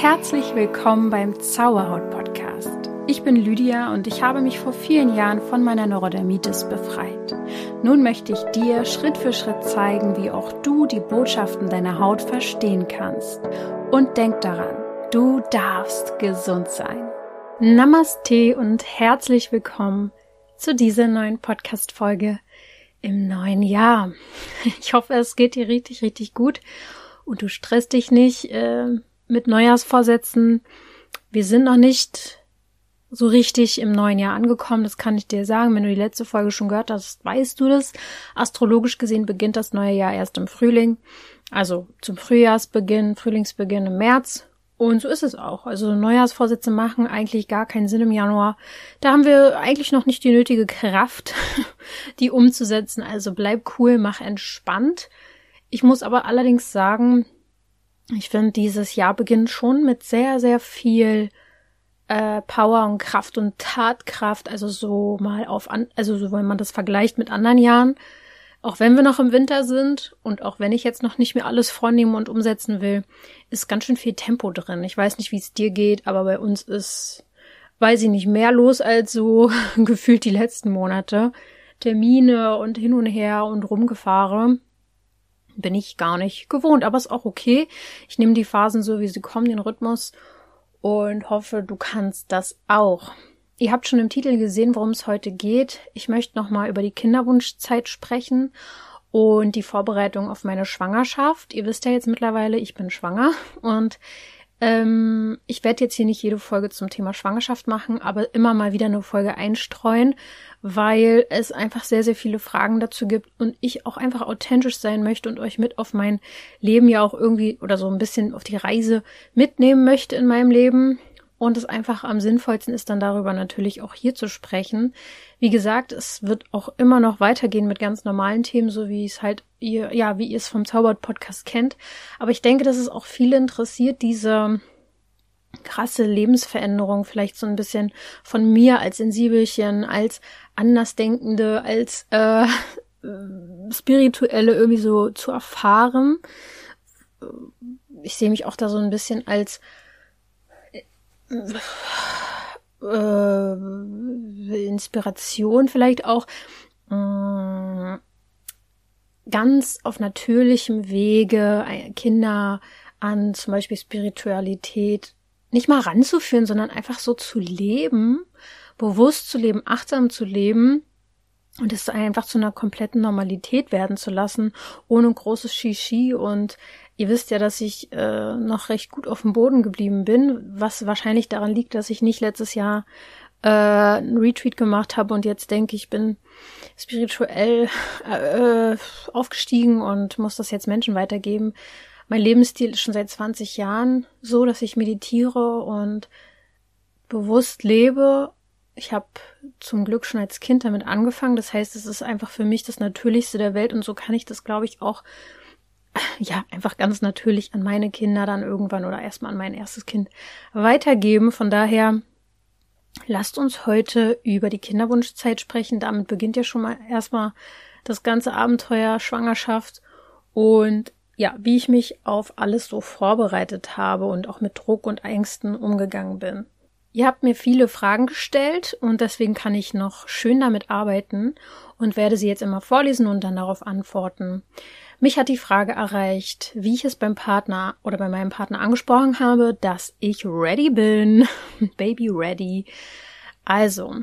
Herzlich willkommen beim Zauberhaut-Podcast. Ich bin Lydia und ich habe mich vor vielen Jahren von meiner Neurodermitis befreit. Nun möchte ich dir Schritt für Schritt zeigen, wie auch du die Botschaften deiner Haut verstehen kannst. Und denk daran, du darfst gesund sein. Namaste und herzlich willkommen zu dieser neuen Podcast-Folge im neuen Jahr. Ich hoffe, es geht dir richtig, richtig gut und du stresst dich nicht mit Neujahrsvorsätzen. Wir sind noch nicht so richtig im neuen Jahr angekommen, das kann ich dir sagen. Wenn du die letzte Folge schon gehört hast, weißt du das. Astrologisch gesehen beginnt das neue Jahr erst im Frühling, also zum Frühlingsbeginn im März. Und so ist es auch. Also Neujahrsvorsätze machen eigentlich gar keinen Sinn im Januar. Da haben wir eigentlich noch nicht die nötige Kraft, die umzusetzen. Also bleib cool, mach entspannt. Ich muss aber allerdings sagen, ich finde, dieses Jahr beginnt schon mit sehr, sehr viel Power und Kraft und Tatkraft. Also so mal so wenn man das vergleicht mit anderen Jahren. Auch wenn wir noch im Winter sind und auch wenn ich jetzt noch nicht mehr alles vornehmen und umsetzen will, ist ganz schön viel Tempo drin. Ich weiß nicht, wie es dir geht, aber bei uns ist, weiß ich nicht, mehr los als so gefühlt die letzten Monate. Termine und hin und her und Rumgefahre bin ich gar nicht gewohnt, aber ist auch okay. Ich nehme die Phasen so, wie sie kommen, den Rhythmus und hoffe, du kannst das auch. Ihr habt schon im Titel gesehen, worum es heute geht. Ich möchte nochmal über die Kinderwunschzeit sprechen und die Vorbereitung auf meine Schwangerschaft. Ihr wisst ja jetzt mittlerweile, ich bin schwanger und ich werde jetzt hier nicht jede Folge zum Thema Schwangerschaft machen, aber immer mal wieder eine Folge einstreuen, weil es einfach sehr, sehr viele Fragen dazu gibt und ich auch einfach authentisch sein möchte und euch mit auf mein Leben ja auch irgendwie oder so ein bisschen auf die Reise mitnehmen möchte in meinem Leben. Und es einfach am sinnvollsten ist, dann darüber natürlich auch hier zu sprechen. Wie gesagt, es wird auch immer noch weitergehen mit ganz normalen Themen, so wie wie ihr es vom Zauberhaut-Podcast kennt. Aber ich denke, dass es auch viele interessiert, diese krasse Lebensveränderung, vielleicht so ein bisschen von mir als Sensibelchen, als Andersdenkende, als Spirituelle irgendwie so zu erfahren. Ich sehe mich auch da so ein bisschen als Inspiration vielleicht auch, ganz auf natürlichem Wege Kinder an zum Beispiel Spiritualität nicht mal ranzuführen, sondern einfach so zu leben, bewusst zu leben, achtsam zu leben und es einfach zu einer kompletten Normalität werden zu lassen, ohne großes Shishi. Und ihr wisst ja, dass ich noch recht gut auf dem Boden geblieben bin, was wahrscheinlich daran liegt, dass ich nicht letztes Jahr einen Retreat gemacht habe und jetzt denke ich, bin spirituell aufgestiegen und muss das jetzt Menschen weitergeben. Mein Lebensstil ist schon seit 20 Jahren so, dass ich meditiere und bewusst lebe. Ich habe zum Glück schon als Kind damit angefangen. Das heißt, es ist einfach für mich das Natürlichste der Welt und so kann ich das, glaube ich, auch einfach ganz natürlich an meine Kinder dann irgendwann oder erstmal an mein erstes Kind weitergeben. Von daher lasst uns heute über die Kinderwunschzeit sprechen. Damit beginnt ja schon mal erstmal das ganze Abenteuer Schwangerschaft und ja, wie ich mich auf alles so vorbereitet habe und auch mit Druck und Ängsten umgegangen bin. Ihr habt mir viele Fragen gestellt und deswegen kann ich noch schön damit arbeiten und werde sie jetzt immer vorlesen und dann darauf antworten. Mich hat die Frage erreicht, wie ich es beim Partner oder bei meinem Partner angesprochen habe, dass ich ready bin. Baby ready. Also,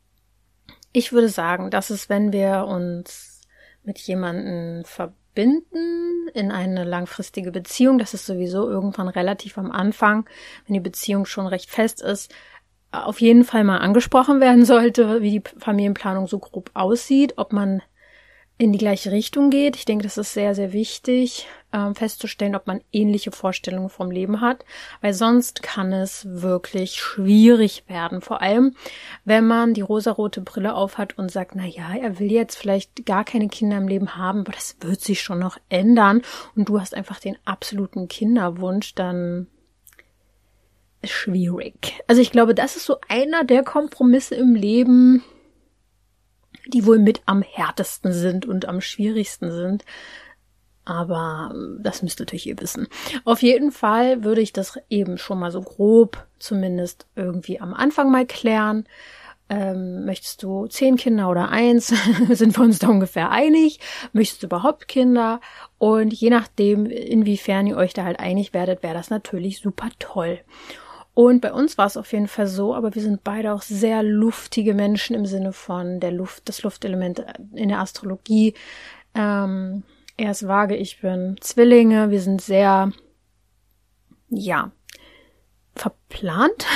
ich würde sagen, dass es, wenn wir uns mit jemandem verbinden in eine langfristige Beziehung, das ist sowieso irgendwann relativ am Anfang, wenn die Beziehung schon recht fest ist, auf jeden Fall mal angesprochen werden sollte, wie die Familienplanung so grob aussieht, ob man in die gleiche Richtung geht. Ich denke, das ist sehr, sehr wichtig, festzustellen, ob man ähnliche Vorstellungen vom Leben hat, weil sonst kann es wirklich schwierig werden. Vor allem, wenn man die rosarote Brille aufhat und sagt, na ja, er will jetzt vielleicht gar keine Kinder im Leben haben, aber das wird sich schon noch ändern und du hast einfach den absoluten Kinderwunsch, dann ist schwierig. Also ich glaube, das ist so einer der Kompromisse im Leben, die wohl mit am härtesten sind und am schwierigsten sind. Aber das müsst ihr natürlich wissen. Auf jeden Fall würde ich das eben schon mal so grob zumindest irgendwie am Anfang mal klären. Möchtest du 10 Kinder oder 1? Sind wir uns da ungefähr einig? Möchtest du überhaupt Kinder? Und je nachdem, inwiefern ihr euch da halt einig werdet, wäre das natürlich super toll. Und bei uns war es auf jeden Fall so, aber wir sind beide auch sehr luftige Menschen im Sinne von der Luft, das Luftelement in der Astrologie. Er ist Waage, ich bin Zwillinge. Wir sind sehr, verplant.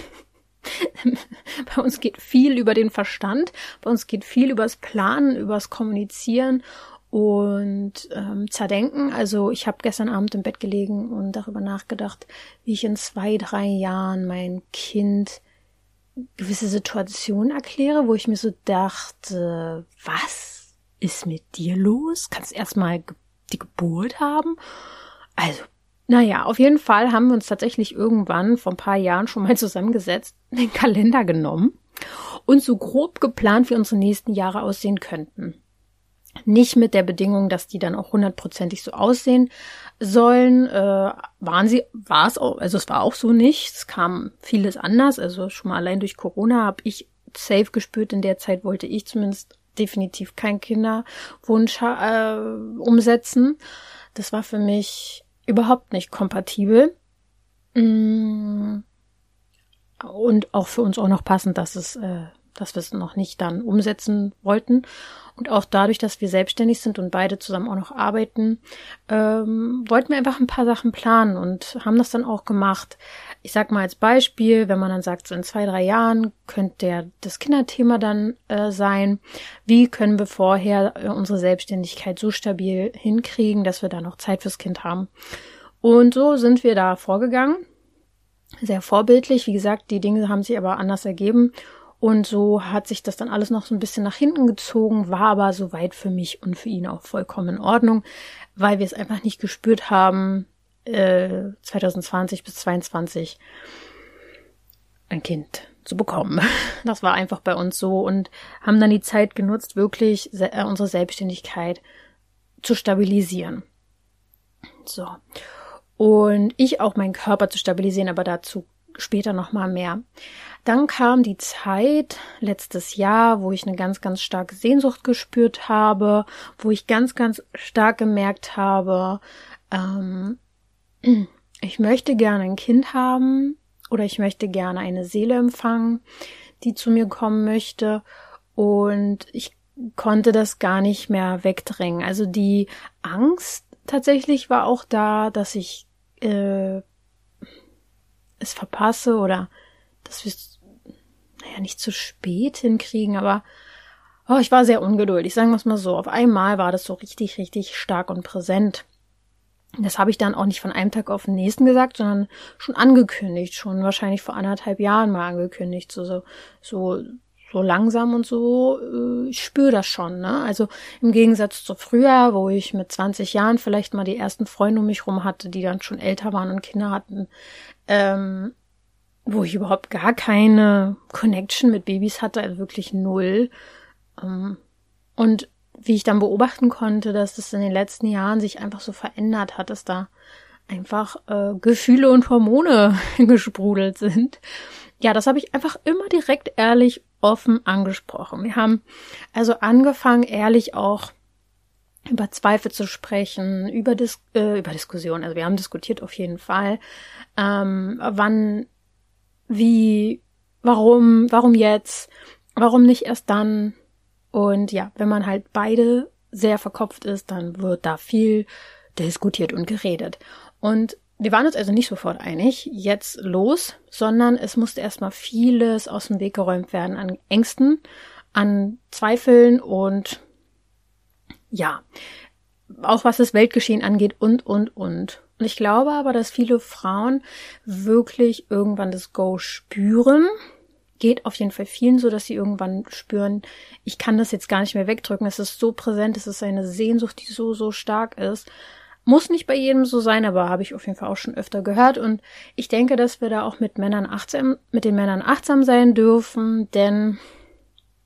Bei uns geht viel über den Verstand. Bei uns geht viel übers Planen, übers Kommunizieren und Zerdenken. Also ich habe gestern Abend im Bett gelegen und darüber nachgedacht, wie ich in 2-3 Jahren mein Kind gewisse Situationen erkläre, wo ich mir so dachte, was ist mit dir los? Kannst erstmal die Geburt haben? Also, naja, auf jeden Fall haben wir uns tatsächlich irgendwann vor ein paar Jahren schon mal zusammengesetzt, den Kalender genommen und so grob geplant, wie unsere nächsten Jahre aussehen könnten. Nicht mit der Bedingung, dass die dann auch 100%ig so aussehen sollen, war es war auch so nicht. Es kam vieles anders, also schon mal allein durch Corona habe ich safe gespürt, in der Zeit wollte ich zumindest definitiv keinen Kinderwunsch umsetzen. Das war für mich überhaupt nicht kompatibel. Und auch für uns auch noch passend, dass wir es noch nicht dann umsetzen wollten. Und auch dadurch, dass wir selbstständig sind und beide zusammen auch noch arbeiten, wollten wir einfach ein paar Sachen planen und haben das dann auch gemacht. Ich sag mal als Beispiel, wenn man dann sagt, so in 2-3 Jahren könnte das Kinderthema dann sein. Wie können wir vorher unsere Selbstständigkeit so stabil hinkriegen, dass wir da noch Zeit fürs Kind haben? Und so sind wir da vorgegangen. Sehr vorbildlich. Wie gesagt, die Dinge haben sich aber anders ergeben. Und so hat sich das dann alles noch so ein bisschen nach hinten gezogen, war aber soweit für mich und für ihn auch vollkommen in Ordnung, weil wir es einfach nicht gespürt haben, 2020 bis 2022 ein Kind zu bekommen. Das war einfach bei uns so und haben dann die Zeit genutzt, wirklich unsere Selbstständigkeit zu stabilisieren. So. Und ich auch meinen Körper zu stabilisieren, aber dazu später nochmal mehr. Dann kam die Zeit letztes Jahr, wo ich eine ganz, ganz starke Sehnsucht gespürt habe, wo ich ganz, ganz stark gemerkt habe, ich möchte gerne ein Kind haben oder ich möchte gerne eine Seele empfangen, die zu mir kommen möchte und ich konnte das gar nicht mehr wegdrängen. Also die Angst tatsächlich war auch da, dass ich es verpasse oder dass wir es nicht zu spät hinkriegen, aber ich war sehr ungeduldig, sagen wir es mal so. Auf einmal war das so richtig, richtig stark und präsent. Das habe ich dann auch nicht von einem Tag auf den nächsten gesagt, sondern schon angekündigt, schon wahrscheinlich vor 1,5 Jahren mal angekündigt, so langsam und so. Ich spüre das schon, ne? Also im Gegensatz zu früher, wo ich mit 20 Jahren vielleicht mal die ersten Freunde um mich rum hatte, die dann schon älter waren und Kinder hatten, wo ich überhaupt gar keine Connection mit Babys hatte, also wirklich null. Und wie ich dann beobachten konnte, dass es in den letzten Jahren sich einfach so verändert hat, dass da einfach Gefühle und Hormone gesprudelt sind. Ja, das habe ich einfach immer direkt ehrlich offen angesprochen. Wir haben also angefangen, ehrlich auch über Zweifel zu sprechen, über Diskussionen. Also wir haben diskutiert auf jeden Fall. Wann, wie, warum jetzt, warum nicht erst dann? Und ja, wenn man halt beide sehr verkopft ist, dann wird da viel diskutiert und geredet. Und wir waren uns also nicht sofort einig, jetzt los, sondern es musste erstmal vieles aus dem Weg geräumt werden an Ängsten, an Zweifeln und ja, auch was das Weltgeschehen angeht und. Und ich glaube aber, dass viele Frauen wirklich irgendwann das Go spüren. Geht auf jeden Fall vielen so, dass sie irgendwann spüren, ich kann das jetzt gar nicht mehr wegdrücken. Es ist so präsent, es ist eine Sehnsucht, die so, so stark ist. Muss nicht bei jedem so sein, aber habe ich auf jeden Fall auch schon öfter gehört. Und ich denke, dass wir da auch mit den Männern achtsam sein dürfen, denn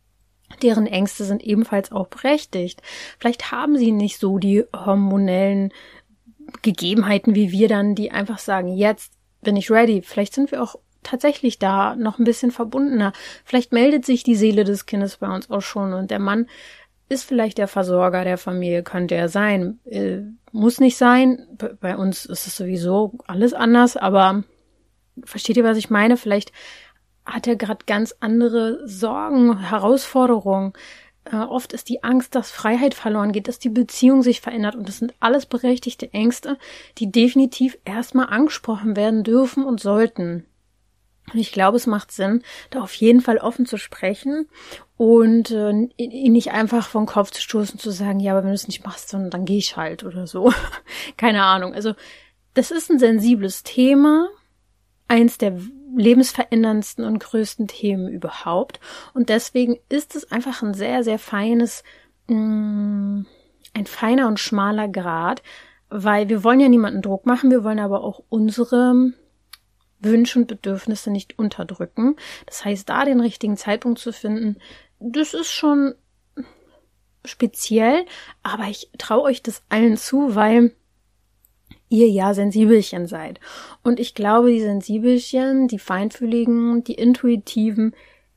deren Ängste sind ebenfalls auch berechtigt. Vielleicht haben sie nicht so die hormonellen Gegebenheiten wie wir dann, die einfach sagen, jetzt bin ich ready. Vielleicht sind wir auch tatsächlich da noch ein bisschen verbundener. Vielleicht meldet sich die Seele des Kindes bei uns auch schon und der Mann ist vielleicht der Versorger der Familie, könnte er sein. Muss nicht sein. Bei uns ist es sowieso alles anders, aber versteht ihr, was ich meine? Vielleicht hat er gerade ganz andere Sorgen, Herausforderungen. Oft ist die Angst, dass Freiheit verloren geht, dass die Beziehung sich verändert und das sind alles berechtigte Ängste, die definitiv erstmal angesprochen werden dürfen und sollten. Und ich glaube, es macht Sinn, da auf jeden Fall offen zu sprechen und ihn nicht einfach vom Kopf zu stoßen, zu sagen, ja, aber wenn du es nicht machst, dann gehe ich halt oder so. Keine Ahnung. Also das ist ein sensibles Thema, eins der lebensveränderndsten und größten Themen überhaupt. Und deswegen ist es einfach ein sehr, sehr feines, ein feiner und schmaler Grat, weil wir wollen ja niemanden Druck machen, wir wollen aber auch unsere Wünsche und Bedürfnisse nicht unterdrücken. Das heißt, da den richtigen Zeitpunkt zu finden, das ist schon speziell, aber ich traue euch das allen zu, weil ihr ja Sensibelchen seid. Und ich glaube, die Sensibelchen, die Feinfühligen, die Intuitiven,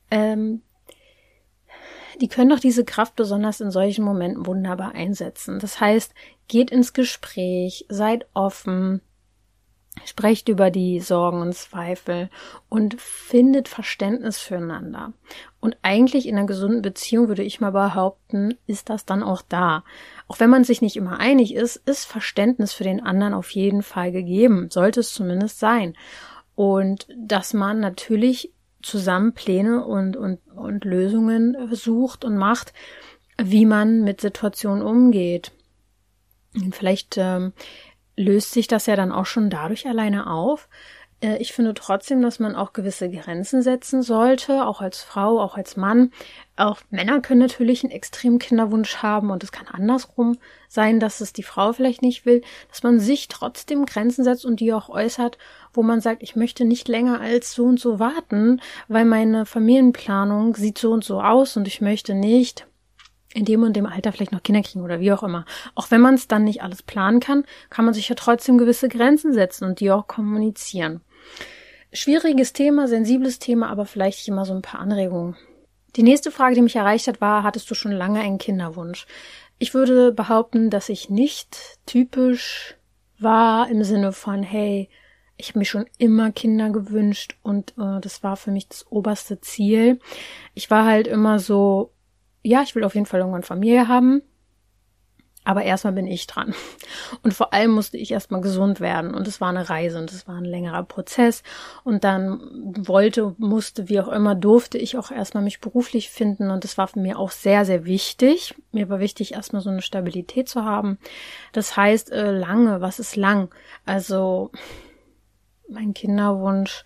die können doch diese Kraft besonders in solchen Momenten wunderbar einsetzen. Das heißt, geht ins Gespräch, seid offen, sprecht über die Sorgen und Zweifel und findet Verständnis füreinander. Und eigentlich in einer gesunden Beziehung, würde ich mal behaupten, ist das dann auch da. Auch wenn man sich nicht immer einig ist, ist Verständnis für den anderen auf jeden Fall gegeben. Sollte es zumindest sein. Und dass man natürlich zusammen Pläne und Lösungen sucht und macht, wie man mit Situationen umgeht. Und vielleicht löst sich das ja dann auch schon dadurch alleine auf. Ich finde trotzdem, dass man auch gewisse Grenzen setzen sollte, auch als Frau, auch als Mann. Auch Männer können natürlich einen extremen Kinderwunsch haben und es kann andersrum sein, dass es die Frau vielleicht nicht will, dass man sich trotzdem Grenzen setzt und die auch äußert, wo man sagt, ich möchte nicht länger als so und so warten, weil meine Familienplanung sieht so und so aus und ich möchte nicht in dem und dem Alter vielleicht noch Kinder kriegen oder wie auch immer. Auch wenn man es dann nicht alles planen kann, kann man sich ja trotzdem gewisse Grenzen setzen und die auch kommunizieren. Schwieriges Thema, sensibles Thema, aber vielleicht immer so ein paar Anregungen. Die nächste Frage, die mich erreicht hat, war, hattest du schon lange einen Kinderwunsch? Ich würde behaupten, dass ich nicht typisch war im Sinne von, hey, ich habe mir schon immer Kinder gewünscht und das war für mich das oberste Ziel. Ich war halt immer so, ja, ich will auf jeden Fall irgendwann Familie haben, aber erstmal bin ich dran. Und vor allem musste ich erstmal gesund werden und es war eine Reise und es war ein längerer Prozess und dann musste, wie auch immer, durfte ich auch erstmal mich beruflich finden und das war für mich auch sehr, sehr wichtig. Mir war wichtig, erstmal so eine Stabilität zu haben. Das heißt, lange, was ist lang? Also, mein Kinderwunsch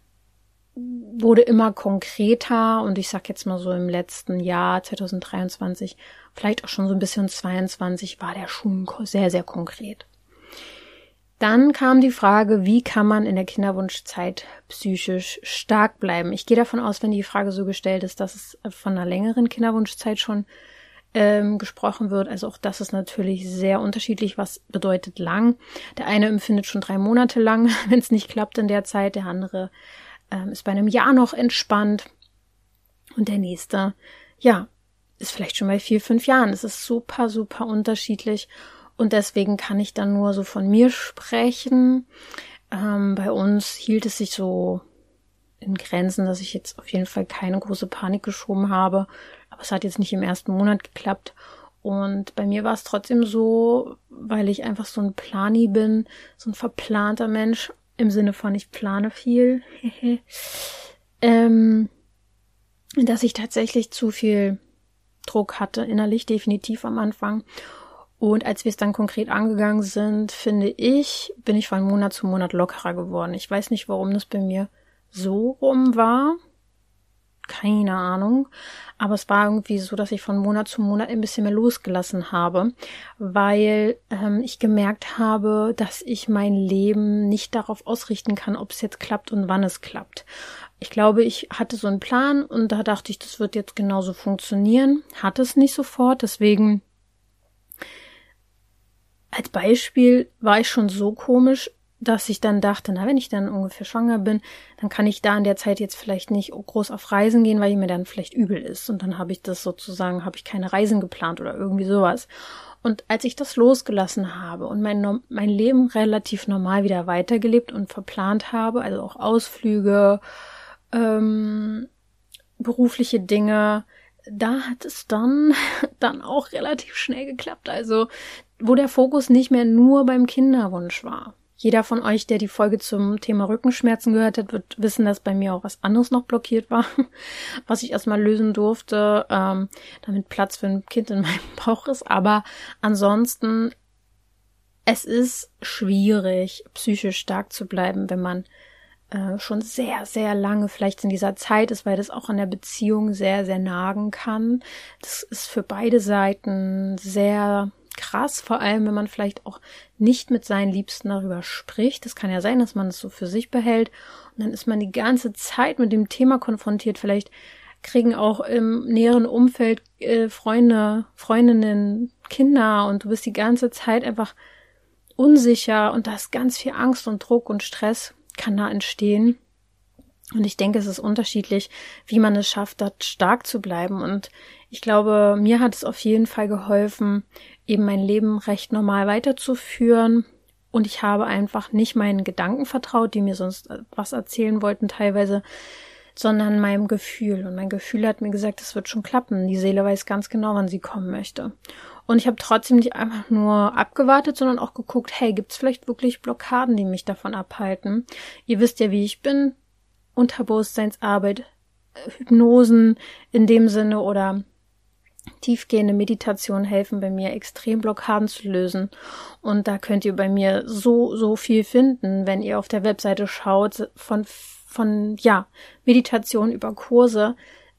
wurde immer konkreter und ich sag jetzt mal so im letzten Jahr 2023, vielleicht auch schon so ein bisschen 22, war der schon sehr, sehr konkret. Dann kam die Frage, wie kann man in der Kinderwunschzeit psychisch stark bleiben? Ich gehe davon aus, wenn die Frage so gestellt ist, dass es von einer längeren Kinderwunschzeit schon gesprochen wird. Also auch das ist natürlich sehr unterschiedlich. Was bedeutet lang? Der eine empfindet schon 3 Monate lang, wenn es nicht klappt in der Zeit. Der andere ist bei einem Jahr noch entspannt und der nächste, ja, ist vielleicht schon bei 4, 5 Jahren. Es ist super, super unterschiedlich und deswegen kann ich dann nur so von mir sprechen. Bei uns hielt es sich so in Grenzen, dass ich jetzt auf jeden Fall keine große Panik geschoben habe, aber es hat jetzt nicht im ersten Monat geklappt und bei mir war es trotzdem so, weil ich einfach so ein Plani bin, so ein verplanter Mensch, im Sinne von, ich plane viel, dass ich tatsächlich zu viel Druck hatte, innerlich definitiv am Anfang. Und als wir es dann konkret angegangen sind, finde ich, bin ich von Monat zu Monat lockerer geworden. Ich weiß nicht, warum das bei mir so rum war. keine Ahnung. Aber es war irgendwie so, dass ich von Monat zu Monat ein bisschen mehr losgelassen habe, weil ich gemerkt habe, dass ich mein Leben nicht darauf ausrichten kann, ob es jetzt klappt und wann es klappt. Ich glaube, ich hatte so einen Plan und da dachte ich, das wird jetzt genauso funktionieren. Hatte es nicht sofort, deswegen als Beispiel war ich schon so komisch, dass ich dann dachte, wenn ich dann ungefähr schwanger bin, dann kann ich da in der Zeit jetzt vielleicht nicht groß auf Reisen gehen, weil mir dann vielleicht übel ist. Und dann habe ich keine Reisen geplant oder irgendwie sowas. Und als ich das losgelassen habe und mein Leben relativ normal wieder weitergelebt und verplant habe, also auch Ausflüge, berufliche Dinge, da hat es dann auch relativ schnell geklappt. Also, wo der Fokus nicht mehr nur beim Kinderwunsch war. Jeder von euch, der die Folge zum Thema Rückenschmerzen gehört hat, wird wissen, dass bei mir auch was anderes noch blockiert war, was ich erstmal lösen durfte, damit Platz für ein Kind in meinem Bauch ist. Aber ansonsten, es ist schwierig, psychisch stark zu bleiben, wenn man schon sehr, sehr lange vielleicht in dieser Zeit ist, weil das auch an der Beziehung sehr, sehr nagen kann. Das ist für beide Seiten sehr krass, vor allem wenn man vielleicht auch nicht mit seinen Liebsten darüber spricht. Das kann ja sein, dass man es so für sich behält und dann ist man die ganze Zeit mit dem Thema konfrontiert. Vielleicht kriegen auch im näheren Umfeld Freunde, Freundinnen, Kinder und du bist die ganze Zeit einfach unsicher und da ist ganz viel Angst und Druck und Stress kann da entstehen. Und ich denke, es ist unterschiedlich, wie man es schafft, dort stark zu bleiben. Und ich glaube, mir hat es auf jeden Fall geholfen, eben mein Leben recht normal weiterzuführen. Und ich habe einfach nicht meinen Gedanken vertraut, die mir sonst was erzählen wollten teilweise, sondern meinem Gefühl. Und mein Gefühl hat mir gesagt, es wird schon klappen. Die Seele weiß ganz genau, wann sie kommen möchte. Und ich habe trotzdem nicht einfach nur abgewartet, sondern auch geguckt, hey, gibt es vielleicht wirklich Blockaden, die mich davon abhalten? Ihr wisst ja, wie ich bin. Unterbewusstseinsarbeit, Hypnosen in dem Sinne oder tiefgehende Meditation helfen bei mir extrem Blockaden zu lösen. Und da könnt ihr bei mir so viel finden, wenn ihr auf der Webseite schaut von Meditation über Kurse.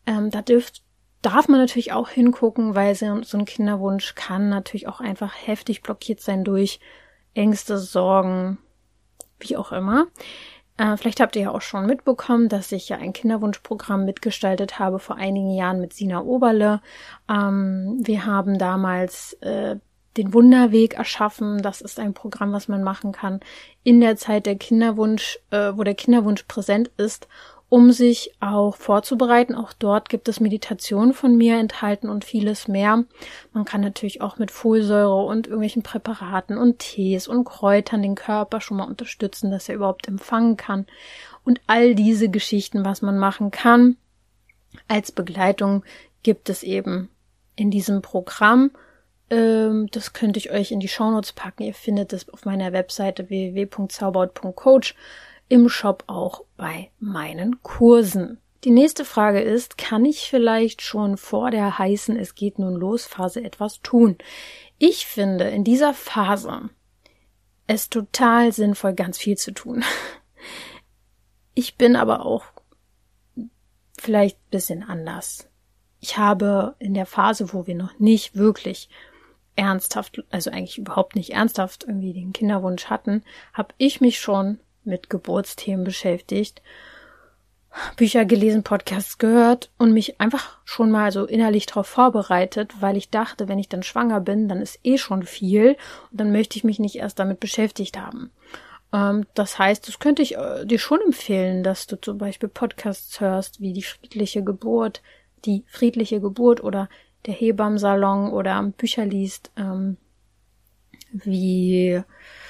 Darf man natürlich auch hingucken, weil so ein Kinderwunsch kann natürlich auch einfach heftig blockiert sein durch Ängste, Sorgen, wie auch immer. Vielleicht habt ihr ja auch schon mitbekommen, dass ich ja ein Kinderwunschprogramm mitgestaltet habe vor einigen Jahren mit Sina Oberle. Wir haben damals den Wunderweg erschaffen. Das ist ein Programm, was man machen kann in der Zeit wo der Kinderwunsch präsent ist, um sich auch vorzubereiten. Auch dort gibt es Meditationen von mir enthalten und vieles mehr. Man kann natürlich auch mit Folsäure und irgendwelchen Präparaten und Tees und Kräutern den Körper schon mal unterstützen, dass er überhaupt empfangen kann. Und all diese Geschichten, was man machen kann, als Begleitung gibt es eben in diesem Programm. Das könnte ich euch in die Shownotes packen. Ihr findet es auf meiner Webseite www.zauberhaut.coach. Im Shop auch bei meinen Kursen. Die nächste Frage ist, kann ich vielleicht schon vor der heißen Es geht nun los Phase etwas tun? Ich finde in dieser Phase es total sinnvoll, ganz viel zu tun. Ich bin aber auch vielleicht ein bisschen anders. Ich habe in der Phase, wo wir noch nicht wirklich ernsthaft, also eigentlich überhaupt nicht ernsthaft irgendwie den Kinderwunsch hatten, habe ich mich schon mit Geburtsthemen beschäftigt, Bücher gelesen, Podcasts gehört und mich einfach schon mal so innerlich darauf vorbereitet, weil ich dachte, wenn ich dann schwanger bin, dann ist schon viel und dann möchte ich mich nicht erst damit beschäftigt haben. Das heißt, das könnte ich dir schon empfehlen, dass du zum Beispiel Podcasts hörst, wie die friedliche Geburt oder der Hebammensalon oder Bücher liest, wie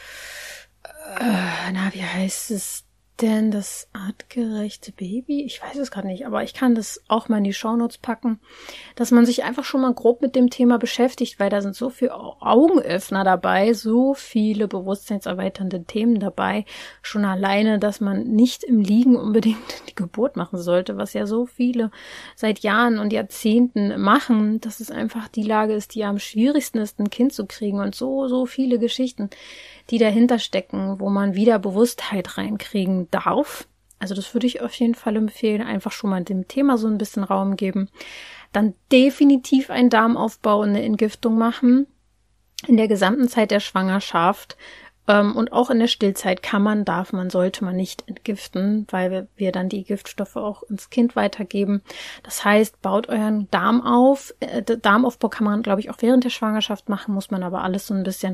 heißt es denn, das artgerechte Baby? Ich weiß es gerade nicht, aber ich kann das auch mal in die Shownotes packen, dass man sich einfach schon mal grob mit dem Thema beschäftigt, weil da sind so viele Augenöffner dabei, so viele bewusstseinserweiternde Themen dabei, schon alleine, dass man nicht im Liegen unbedingt die Geburt machen sollte, was ja so viele seit Jahren und Jahrzehnten machen, dass es einfach die Lage ist, die am schwierigsten ist, ein Kind zu kriegen und so viele Geschichten, die dahinter stecken, wo man wieder Bewusstheit reinkriegen darf. Also das würde ich auf jeden Fall empfehlen, einfach schon mal dem Thema so ein bisschen Raum geben. Dann definitiv einen Darmaufbau und eine Entgiftung machen. In der gesamten Zeit der Schwangerschaft und auch in der Stillzeit sollte man nicht entgiften, weil wir dann die Giftstoffe auch ins Kind weitergeben. Das heißt, baut euren Darm auf. Darmaufbau kann man, glaube ich, auch während der Schwangerschaft machen, muss man aber alles so ein bisschen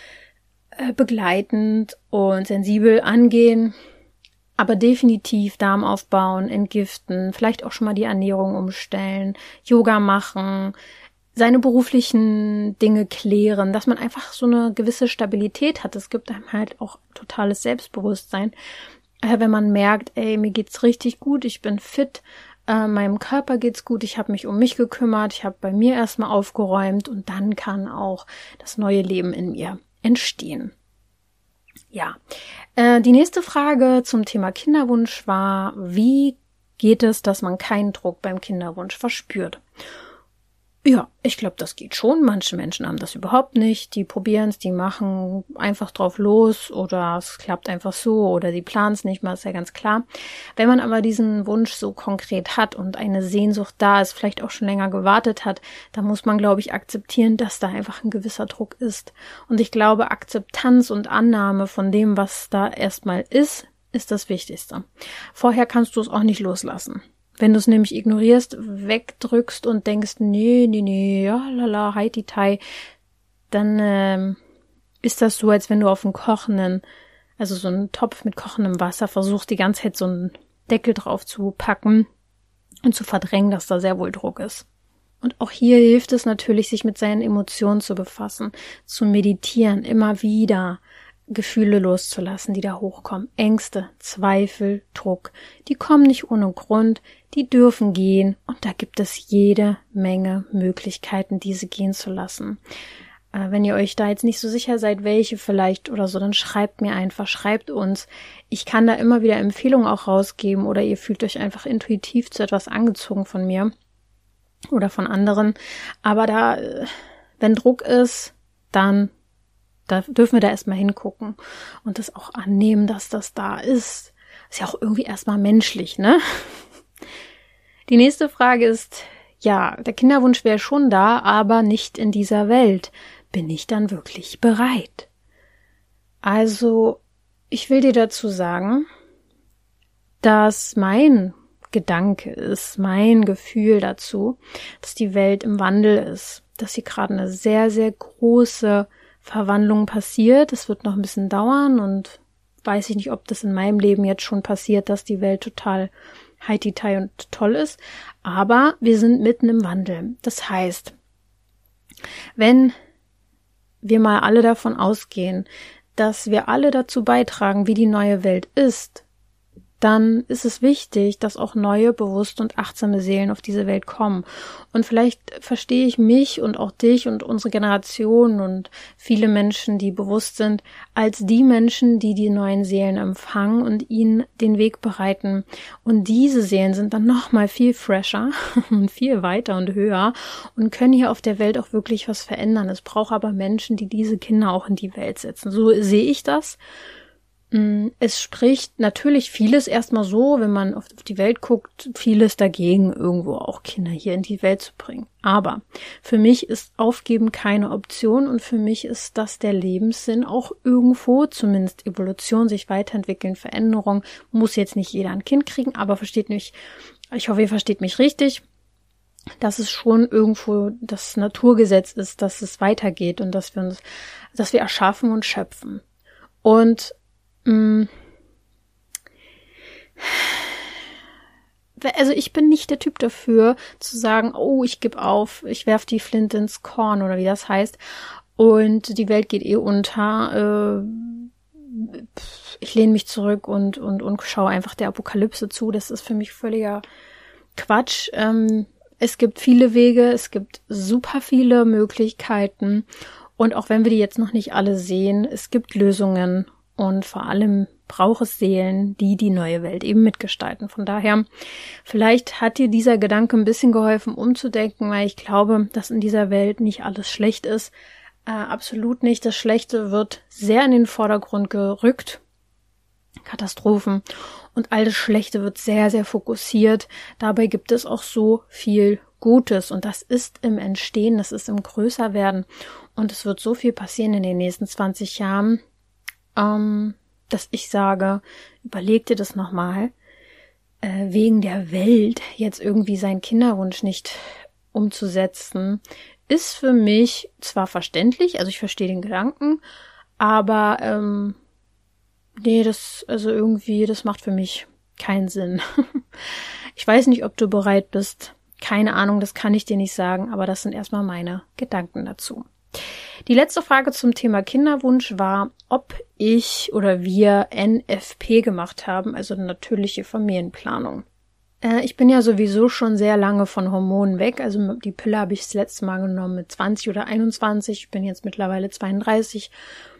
begleitend und sensibel angehen. Aber definitiv Darm aufbauen, entgiften, vielleicht auch schon mal die Ernährung umstellen, Yoga machen, seine beruflichen Dinge klären, dass man einfach so eine gewisse Stabilität hat. Es gibt einem halt auch totales Selbstbewusstsein, wenn man merkt, mir geht's richtig gut, ich bin fit, meinem Körper geht's gut, ich habe mich um mich gekümmert, ich habe bei mir erstmal aufgeräumt und dann kann auch das neue Leben in mir entstehen. Ja, die nächste Frage zum Thema Kinderwunsch war, wie geht es, dass man keinen Druck beim Kinderwunsch verspürt? Ja, ich glaube, das geht schon. Manche Menschen haben das überhaupt nicht. Die probieren es, die machen einfach drauf los oder es klappt einfach so oder die planen es nicht mal, ist ja ganz klar. Wenn man aber diesen Wunsch so konkret hat und eine Sehnsucht da ist, vielleicht auch schon länger gewartet hat, dann muss man, glaube ich, akzeptieren, dass da einfach ein gewisser Druck ist. Und ich glaube, Akzeptanz und Annahme von dem, was da erstmal ist das Wichtigste. Vorher kannst du es auch nicht loslassen. Wenn du es nämlich ignorierst, wegdrückst und denkst, nee, ja, lala, heiti-tai, dann ist das so, als wenn du auf einen so einen Topf mit kochendem Wasser versuchst, die ganze Zeit so einen Deckel drauf zu packen und zu verdrängen, dass da sehr wohl Druck ist. Und auch hier hilft es natürlich, sich mit seinen Emotionen zu befassen, zu meditieren, immer wieder Gefühle loszulassen, die da hochkommen. Ängste, Zweifel, Druck. Die kommen nicht ohne Grund, die dürfen gehen und da gibt es jede Menge Möglichkeiten, diese gehen zu lassen. Wenn ihr euch da jetzt nicht so sicher seid, welche vielleicht oder so, dann schreibt mir einfach, schreibt uns. Ich kann da immer wieder Empfehlungen auch rausgeben oder ihr fühlt euch einfach intuitiv zu etwas angezogen von mir oder von anderen. Aber da, wenn Druck ist, dann dürfen wir da erstmal hingucken und das auch annehmen, dass das da ist. Ist ja auch irgendwie erstmal menschlich, ne? Die nächste Frage ist, ja, der Kinderwunsch wäre schon da, aber nicht in dieser Welt. Bin ich dann wirklich bereit? Also, ich will dir dazu sagen, dass mein Gedanke ist, mein Gefühl dazu, dass die Welt im Wandel ist, dass hier gerade eine sehr, sehr große Verwandlung passiert. Es wird noch ein bisschen dauern und weiß ich nicht, ob das in meinem Leben jetzt schon passiert, dass die Welt total heiti-tai und toll ist. Aber wir sind mitten im Wandel. Das heißt, wenn wir mal alle davon ausgehen, dass wir alle dazu beitragen, wie die neue Welt ist, dann ist es wichtig, dass auch neue, bewusste und achtsame Seelen auf diese Welt kommen. Und vielleicht verstehe ich mich und auch dich und unsere Generation und viele Menschen, die bewusst sind, als die Menschen, die die neuen Seelen empfangen und ihnen den Weg bereiten. Und diese Seelen sind dann nochmal viel fresher und viel weiter und höher und können hier auf der Welt auch wirklich was verändern. Es braucht aber Menschen, die diese Kinder auch in die Welt setzen. So sehe ich das. Es spricht natürlich vieles erstmal so, wenn man auf die Welt guckt, vieles dagegen, irgendwo auch Kinder hier in die Welt zu bringen. Aber für mich ist Aufgeben keine Option und für mich ist das der Lebenssinn auch irgendwo, zumindest Evolution, sich weiterentwickeln, Veränderung. Muss jetzt nicht jeder ein Kind kriegen, aber ich hoffe, ihr versteht mich richtig, dass es schon irgendwo das Naturgesetz ist, dass es weitergeht und dass wir erschaffen und schöpfen. Und also ich bin nicht der Typ dafür, zu sagen, oh, ich gebe auf, ich werf die Flinte ins Korn oder wie das heißt und die Welt geht unter, ich lehne mich zurück und schaue einfach der Apokalypse zu. Das ist für mich völliger Quatsch. Es gibt viele Wege, es gibt super viele Möglichkeiten und auch wenn wir die jetzt noch nicht alle sehen, es gibt Lösungen. Und vor allem braucht es Seelen, die die neue Welt eben mitgestalten. Von daher, vielleicht hat dir dieser Gedanke ein bisschen geholfen, umzudenken, weil ich glaube, dass in dieser Welt nicht alles schlecht ist. Absolut nicht. Das Schlechte wird sehr in den Vordergrund gerückt. Katastrophen und all das Schlechte wird sehr, sehr fokussiert. Dabei gibt es auch so viel Gutes und das ist im Entstehen, das ist im Größerwerden und es wird so viel passieren in den nächsten 20 Jahren, dass ich sage, überleg dir das nochmal, wegen der Welt jetzt irgendwie seinen Kinderwunsch nicht umzusetzen, ist für mich zwar verständlich, also ich verstehe den Gedanken, aber nee, das macht für mich keinen Sinn. Ich weiß nicht, ob du bereit bist. Keine Ahnung, das kann ich dir nicht sagen, aber das sind erstmal meine Gedanken dazu. Die letzte Frage zum Thema Kinderwunsch war, ob ich oder wir NFP gemacht haben, also natürliche Familienplanung. Ich bin ja sowieso schon sehr lange von Hormonen weg, also die Pille habe ich das letzte Mal genommen mit 20 oder 21, ich bin jetzt mittlerweile 32.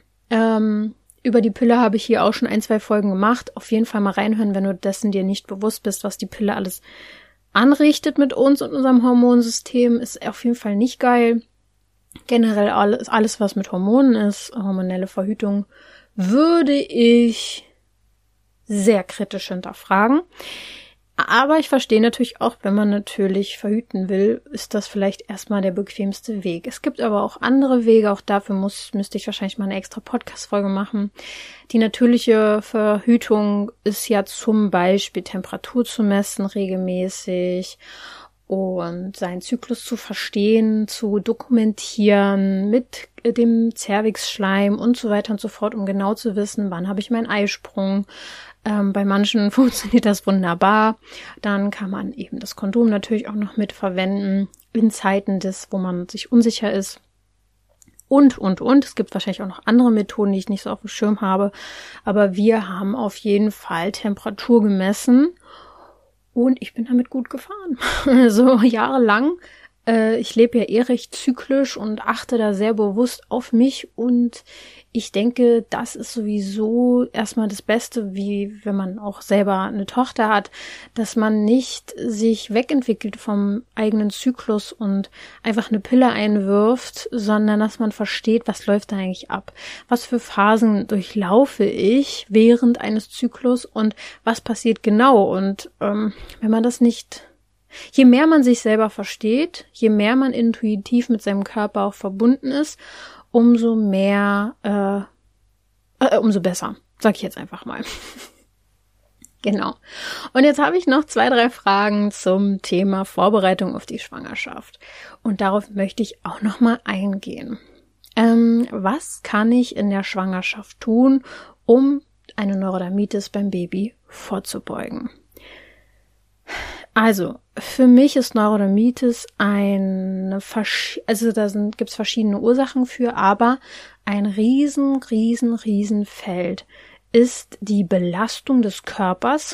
Über die Pille habe ich hier auch schon 1-2 Folgen gemacht. Auf jeden Fall mal reinhören, wenn du dessen dir nicht bewusst bist, was die Pille alles anrichtet mit uns und unserem Hormonsystem. Ist auf jeden Fall nicht geil. Generell alles, was mit Hormonen ist, hormonelle Verhütung, würde ich sehr kritisch hinterfragen. Aber ich verstehe natürlich auch, wenn man natürlich verhüten will, ist das vielleicht erstmal der bequemste Weg. Es gibt aber auch andere Wege, auch dafür müsste ich wahrscheinlich mal eine extra Podcast-Folge machen. Die natürliche Verhütung ist ja zum Beispiel Temperatur zu messen regelmäßig und seinen Zyklus zu verstehen, zu dokumentieren mit dem Zervixschleim und so weiter und so fort, um genau zu wissen, wann habe ich meinen Eisprung. Bei manchen funktioniert das wunderbar. Dann kann man eben das Kondom natürlich auch noch mit verwenden in Zeiten wo man sich unsicher ist. Und. Es gibt wahrscheinlich auch noch andere Methoden, die ich nicht so auf dem Schirm habe. Aber wir haben auf jeden Fall Temperatur gemessen und ich bin damit gut gefahren. So jahrelang. Ich lebe ja recht zyklisch und achte da sehr bewusst auf mich und ich denke, das ist sowieso erstmal das Beste, wie wenn man auch selber eine Tochter hat, dass man nicht sich wegentwickelt vom eigenen Zyklus und einfach eine Pille einwirft, sondern dass man versteht, was läuft da eigentlich ab, was für Phasen durchlaufe ich während eines Zyklus und was passiert genau und wenn man das nicht... Je mehr man sich selber versteht, je mehr man intuitiv mit seinem Körper auch verbunden ist, umso besser, sag ich jetzt einfach mal. Genau. Und jetzt habe ich noch 2-3 Fragen zum Thema Vorbereitung auf die Schwangerschaft. Und darauf möchte ich auch nochmal eingehen. Was kann ich in der Schwangerschaft tun, um eine Neurodermitis beim Baby vorzubeugen? Also, für mich ist Neurodermitis gibt's verschiedene Ursachen für, aber ein riesen Feld ist die Belastung des Körpers,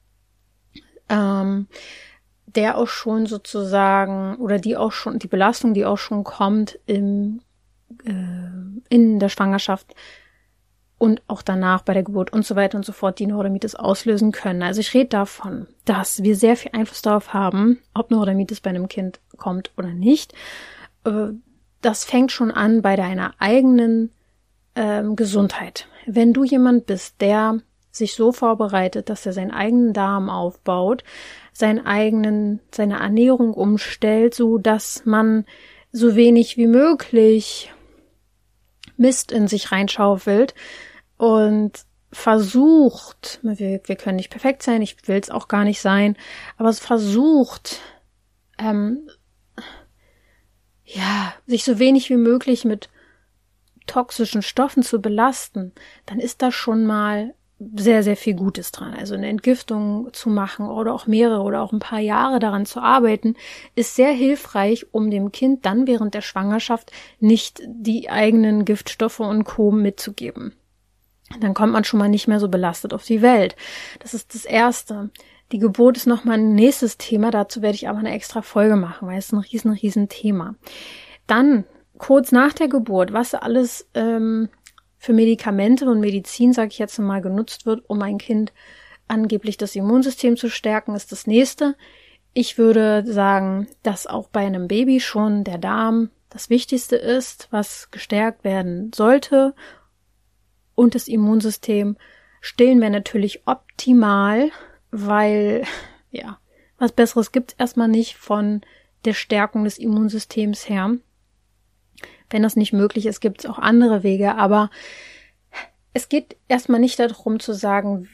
der auch schon sozusagen, oder die Belastung, die auch schon kommt in der Schwangerschaft und auch danach bei der Geburt und so weiter und so fort, die Neurodermitis auslösen können. Also ich rede davon, dass wir sehr viel Einfluss darauf haben, ob Neurodermitis bei einem Kind kommt oder nicht. Das fängt schon an bei deiner eigenen Gesundheit. Wenn du jemand bist, der sich so vorbereitet, dass er seinen eigenen Darm aufbaut, seine Ernährung umstellt, so dass man so wenig wie möglich Mist in sich reinschaufelt und versucht, wir können nicht perfekt sein, ich will es auch gar nicht sein, aber es versucht, sich so wenig wie möglich mit toxischen Stoffen zu belasten, dann ist da schon mal sehr, sehr viel Gutes dran. Also eine Entgiftung zu machen oder auch mehrere oder auch ein paar Jahre daran zu arbeiten, ist sehr hilfreich, um dem Kind dann während der Schwangerschaft nicht die eigenen Giftstoffe und Co. mitzugeben. Dann kommt man schon mal nicht mehr so belastet auf die Welt. Das ist das Erste. Die Geburt ist nochmal ein nächstes Thema, dazu werde ich aber eine extra Folge machen, weil es ein riesen Thema. Dann, kurz nach der Geburt, was alles für Medikamente und Medizin, sage ich jetzt mal, genutzt wird, um ein Kind angeblich das Immunsystem zu stärken, ist das Nächste. Ich würde sagen, dass auch bei einem Baby schon der Darm das Wichtigste ist, was gestärkt werden sollte und das Immunsystem Stillen wäre natürlich optimal, weil, ja, was Besseres gibt's erstmal nicht von der Stärkung des Immunsystems her. Wenn das nicht möglich ist, gibt's auch andere Wege, aber es geht erstmal nicht darum zu sagen,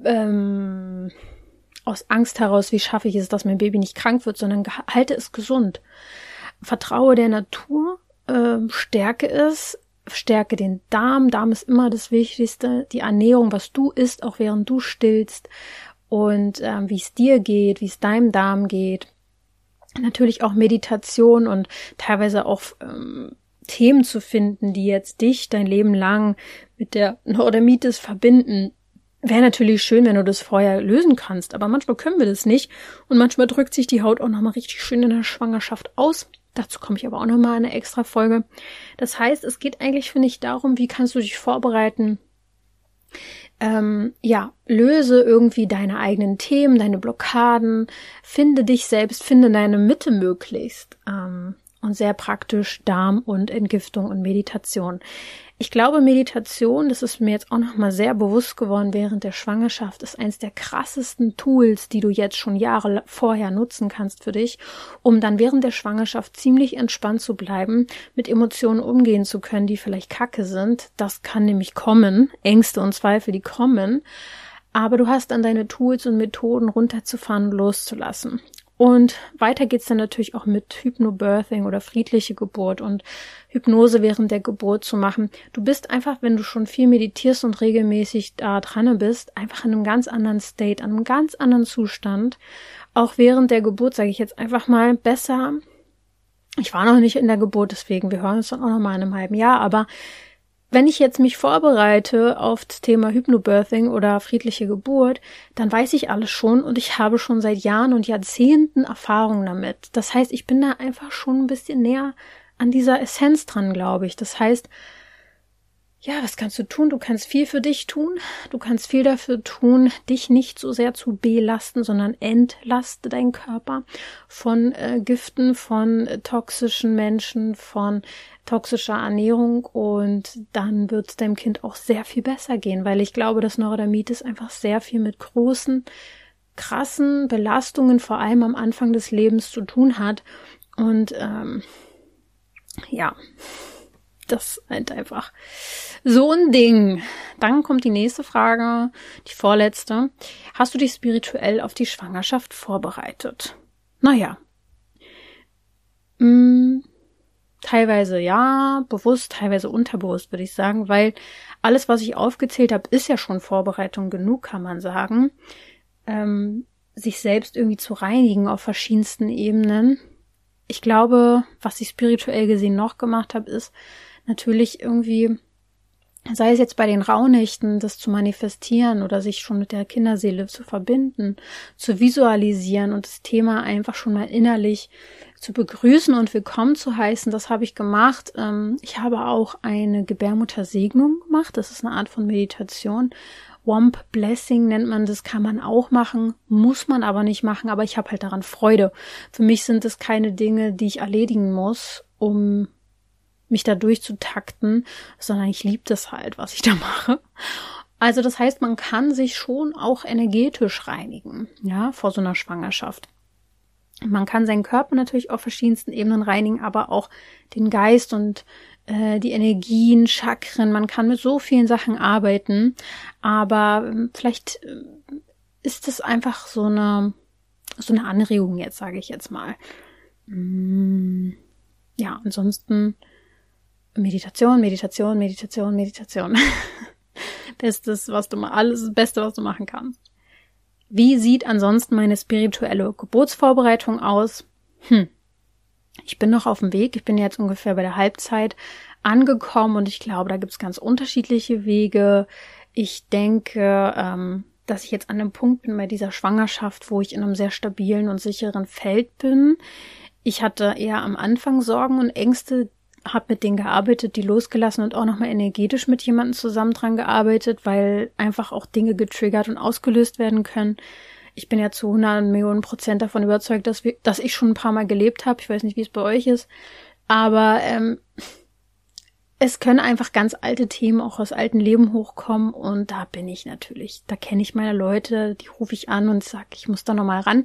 aus Angst heraus, wie schaffe ich es, dass mein Baby nicht krank wird, sondern halte es gesund. Vertraue der Natur, stärke es, stärke den Darm. Darm ist immer das Wichtigste. Die Ernährung, was du isst, auch während du stillst und wie es dir geht, wie es deinem Darm geht. Natürlich auch Meditation und teilweise auch Themen zu finden, die jetzt dich dein Leben lang mit der Neurodermitis verbinden. Wäre natürlich schön, wenn du das vorher lösen kannst, aber manchmal können wir das nicht und manchmal drückt sich die Haut auch nochmal richtig schön in der Schwangerschaft aus. Dazu komme ich aber auch nochmal in eine extra Folge. Das heißt, es geht eigentlich, finde ich, darum, wie kannst du dich vorbereiten. Löse irgendwie deine eigenen Themen, deine Blockaden, finde dich selbst, finde deine Mitte möglichst. Und sehr praktisch Darm und Entgiftung und Meditation. Ich glaube, Meditation, das ist mir jetzt auch nochmal sehr bewusst geworden während der Schwangerschaft, ist eins der krassesten Tools, die du jetzt schon Jahre vorher nutzen kannst für dich, um dann während der Schwangerschaft ziemlich entspannt zu bleiben, mit Emotionen umgehen zu können, die vielleicht kacke sind. Das kann nämlich kommen, Ängste und Zweifel, die kommen. Aber du hast dann deine Tools und Methoden runterzufahren und loszulassen. Und weiter geht's dann natürlich auch mit Hypnobirthing oder friedliche Geburt und Hypnose während der Geburt zu machen. Du bist einfach, wenn du schon viel meditierst und regelmäßig da dran bist, einfach in einem ganz anderen State, an einem ganz anderen Zustand. Auch während der Geburt, sage ich jetzt einfach mal, besser. Ich war noch nicht in der Geburt, deswegen, wir hören uns dann auch noch mal in einem halben Jahr, aber wenn ich jetzt mich vorbereite auf das Thema Hypnobirthing oder friedliche Geburt, dann weiß ich alles schon und ich habe schon seit Jahren und Jahrzehnten Erfahrung damit. Das heißt, ich bin da einfach schon ein bisschen näher an dieser Essenz dran, glaube ich. Das heißt, ja, was kannst du tun? Du kannst viel für dich tun. Du kannst viel dafür tun, dich nicht so sehr zu belasten, sondern entlaste deinen Körper von Giften, von toxischen Menschen, von toxischer Ernährung und dann wird es deinem Kind auch sehr viel besser gehen, weil ich glaube, dass Neurodermitis einfach sehr viel mit großen, krassen Belastungen, vor allem am Anfang des Lebens zu tun hat und das ist halt einfach so ein Ding. Dann kommt die nächste Frage, die vorletzte. Hast du dich spirituell auf die Schwangerschaft vorbereitet? Naja. Teilweise ja, bewusst, teilweise unterbewusst, würde ich sagen, weil alles, was ich aufgezählt habe, ist ja schon Vorbereitung genug, kann man sagen. Sich selbst irgendwie zu reinigen auf verschiedensten Ebenen. Ich glaube, was ich spirituell gesehen noch gemacht habe, ist natürlich irgendwie, sei es jetzt bei den Rauhnächten, das zu manifestieren oder sich schon mit der Kinderseele zu verbinden, zu visualisieren und das Thema einfach schon mal innerlich zu begrüßen und willkommen zu heißen. Das habe ich gemacht. Ich habe auch eine Gebärmuttersegnung gemacht. Das ist eine Art von Meditation. Womb Blessing nennt man das, kann man auch machen, muss man aber nicht machen, aber ich habe halt daran Freude. Für mich sind es keine Dinge, die ich erledigen muss, um mich da durchzutakten, sondern ich liebe das halt, was ich da mache. Also das heißt, man kann sich schon auch energetisch reinigen, ja, vor so einer Schwangerschaft. Man kann seinen Körper natürlich auf verschiedensten Ebenen reinigen, aber auch den Geist und die Energien, Chakren. Man kann mit so vielen Sachen arbeiten, aber vielleicht ist es einfach so eine Anregung jetzt, sage ich jetzt mal. Ja, ansonsten Meditation. Das ist das Beste, was du machen kannst. Wie sieht ansonsten meine spirituelle Geburtsvorbereitung aus? Ich bin noch auf dem Weg. Ich bin jetzt ungefähr bei der Halbzeit angekommen und ich glaube, da gibt es ganz unterschiedliche Wege. Ich denke, dass ich jetzt an einem Punkt bin bei dieser Schwangerschaft, wo ich in einem sehr stabilen und sicheren Feld bin. Ich hatte eher am Anfang Sorgen und Ängste, habe mit denen gearbeitet, die losgelassen und auch nochmal energetisch mit jemandem zusammen dran gearbeitet, weil einfach auch Dinge getriggert und ausgelöst werden können. Ich bin ja zu 100.000.000% davon überzeugt, dass ich schon ein paar Mal gelebt habe. Ich weiß nicht, wie es bei euch ist. Aber es können einfach ganz alte Themen auch aus altem Leben hochkommen und da bin ich natürlich, da kenne ich meine Leute, die rufe ich an und sage, ich muss da nochmal ran.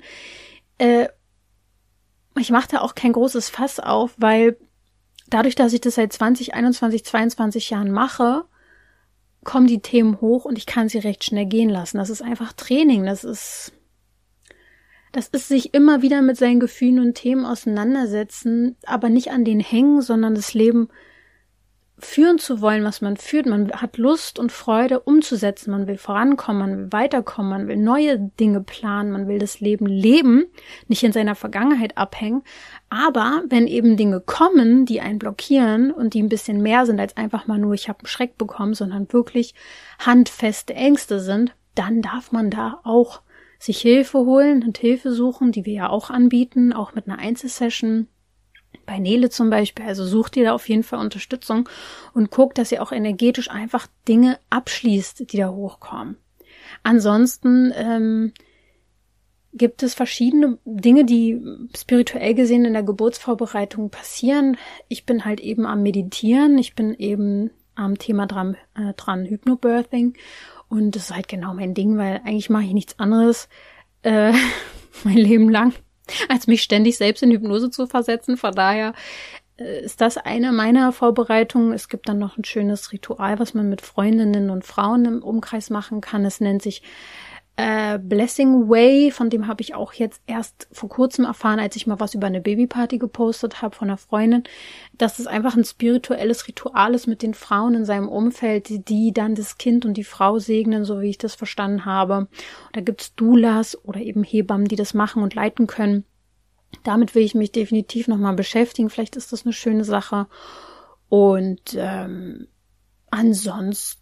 Ich mache da auch kein großes Fass auf, weil dadurch, dass ich das seit 20, 21, 22 Jahren mache, kommen die Themen hoch und ich kann sie recht schnell gehen lassen. Das ist einfach Training, das ist sich immer wieder mit seinen Gefühlen und Themen auseinandersetzen, aber nicht an denen hängen, sondern das Leben führen zu wollen, was man führt. Man hat Lust und Freude umzusetzen, man will vorankommen, man will weiterkommen, man will neue Dinge planen, man will das Leben leben, nicht in seiner Vergangenheit abhängen. Aber wenn eben Dinge kommen, die einen blockieren und die ein bisschen mehr sind als einfach mal nur, ich habe einen Schreck bekommen, sondern wirklich handfeste Ängste sind, dann darf man da auch sich Hilfe holen und Hilfe suchen, die wir ja auch anbieten, auch mit einer Einzelsession. Bei Nele zum Beispiel, also sucht ihr da auf jeden Fall Unterstützung und guckt, dass ihr auch energetisch einfach Dinge abschließt, die da hochkommen. Ansonsten gibt es verschiedene Dinge, die spirituell gesehen in der Geburtsvorbereitung passieren. Ich bin halt eben am Meditieren, ich bin eben am Thema dran Hypnobirthing und das ist halt genau mein Ding, weil eigentlich mache ich nichts anderes mein Leben lang, als mich ständig selbst in Hypnose zu versetzen. Von daher ist das eine meiner Vorbereitungen. Es gibt dann noch ein schönes Ritual, was man mit Freundinnen und Frauen im Umkreis machen kann. Es nennt sich Blessing Way, von dem habe ich auch jetzt erst vor kurzem erfahren, als ich mal was über eine Babyparty gepostet habe von einer Freundin, dass es einfach ein spirituelles Ritual ist mit den Frauen in seinem Umfeld, die dann das Kind und die Frau segnen, so wie ich das verstanden habe. Und da gibt's Doulas oder eben Hebammen, die das machen und leiten können. Damit will ich mich definitiv nochmal beschäftigen. Vielleicht ist das eine schöne Sache. Und ansonsten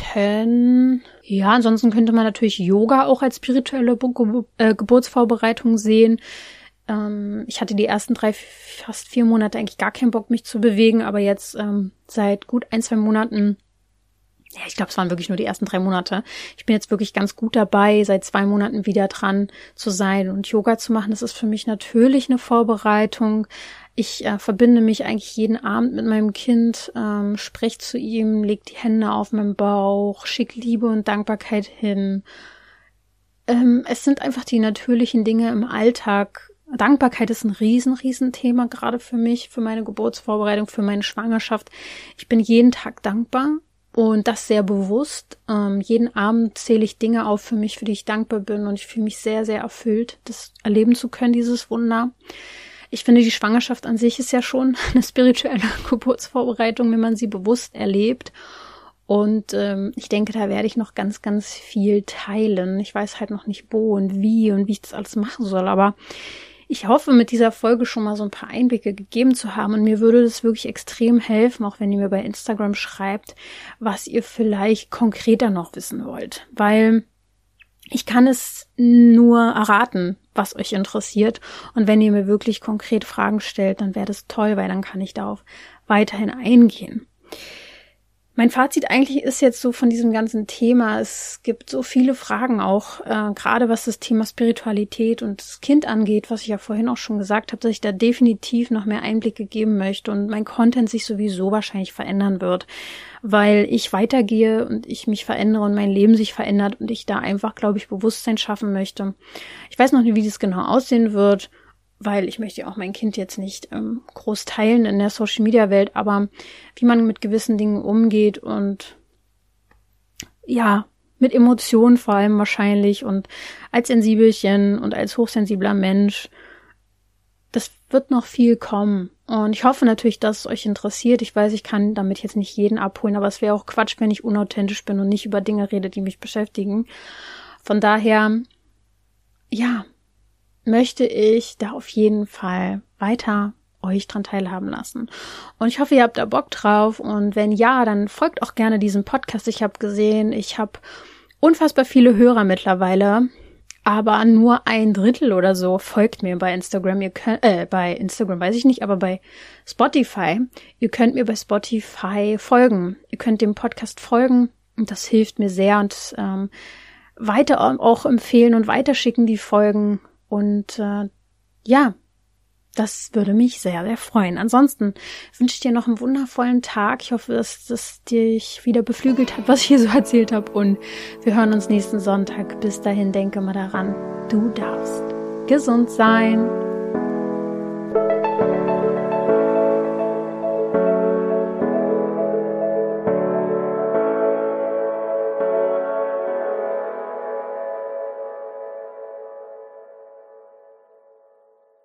könnte man natürlich Yoga auch als spirituelle Geburtsvorbereitung sehen. Ich hatte die ersten fast 4 Monate eigentlich gar keinen Bock, mich zu bewegen, aber jetzt seit gut 1-2 Monaten, ja, ich glaube, es waren wirklich nur die ersten 3 Monate. Ich bin jetzt wirklich ganz gut dabei, seit 2 Monaten wieder dran zu sein und Yoga zu machen. Das ist für mich natürlich eine Vorbereitung. Ich verbinde mich eigentlich jeden Abend mit meinem Kind, spreche zu ihm, leg die Hände auf meinen Bauch, schick Liebe und Dankbarkeit hin. Es sind einfach die natürlichen Dinge im Alltag. Dankbarkeit ist ein riesen Thema, gerade für mich, für meine Geburtsvorbereitung, für meine Schwangerschaft. Ich bin jeden Tag dankbar und das sehr bewusst. Jeden Abend zähle ich Dinge auf für mich, für die ich dankbar bin und ich fühle mich sehr, sehr erfüllt, das erleben zu können, dieses Wunder. Ich finde, die Schwangerschaft an sich ist ja schon eine spirituelle Geburtsvorbereitung, wenn man sie bewusst erlebt. Und ich denke, da werde ich noch ganz viel teilen. Ich weiß halt noch nicht, wo und wie ich das alles machen soll. Aber ich hoffe, mit dieser Folge schon mal so ein paar Einblicke gegeben zu haben. Und mir würde das wirklich extrem helfen, auch wenn ihr mir bei Instagram schreibt, was ihr vielleicht konkreter noch wissen wollt. Weil ich kann es nur erraten, was euch interessiert. Und wenn ihr mir wirklich konkret Fragen stellt, dann wäre das toll, weil dann kann ich darauf weiterhin eingehen. Mein Fazit eigentlich ist jetzt so von diesem ganzen Thema, es gibt so viele Fragen auch, gerade was das Thema Spiritualität und das Kind angeht, was ich ja vorhin auch schon gesagt habe, dass ich da definitiv noch mehr Einblicke geben möchte und mein Content sich sowieso wahrscheinlich verändern wird, weil ich weitergehe und ich mich verändere und mein Leben sich verändert und ich da einfach, glaube ich, Bewusstsein schaffen möchte. Ich weiß noch nicht, wie das genau aussehen wird, weil ich möchte auch mein Kind jetzt nicht groß teilen in der Social-Media-Welt, aber wie man mit gewissen Dingen umgeht und ja, mit Emotionen vor allem wahrscheinlich und als Sensibelchen und als hochsensibler Mensch, das wird noch viel kommen. Und ich hoffe natürlich, dass es euch interessiert. Ich weiß, ich kann damit jetzt nicht jeden abholen, aber es wäre auch Quatsch, wenn ich unauthentisch bin und nicht über Dinge rede, die mich beschäftigen. Von daher, ja, möchte ich da auf jeden Fall weiter euch dran teilhaben lassen. Und ich hoffe, ihr habt da Bock drauf. Und wenn ja, dann folgt auch gerne diesem Podcast. Ich habe gesehen, ich habe unfassbar viele Hörer mittlerweile, aber nur 1/3 oder so folgt mir bei Instagram. Ihr könnt, bei Instagram weiß ich nicht, aber bei Spotify. Ihr könnt mir bei Spotify folgen. Ihr könnt dem Podcast folgen und das hilft mir sehr und weiter auch empfehlen und weiterschicken die Folgen. Und Das würde mich sehr, sehr freuen. Ansonsten wünsche ich dir noch einen wundervollen Tag. Ich hoffe, dass das dich wieder beflügelt hat, was ich hier so erzählt habe. Und wir hören uns nächsten Sonntag. Bis dahin, denke mal daran, du darfst gesund sein.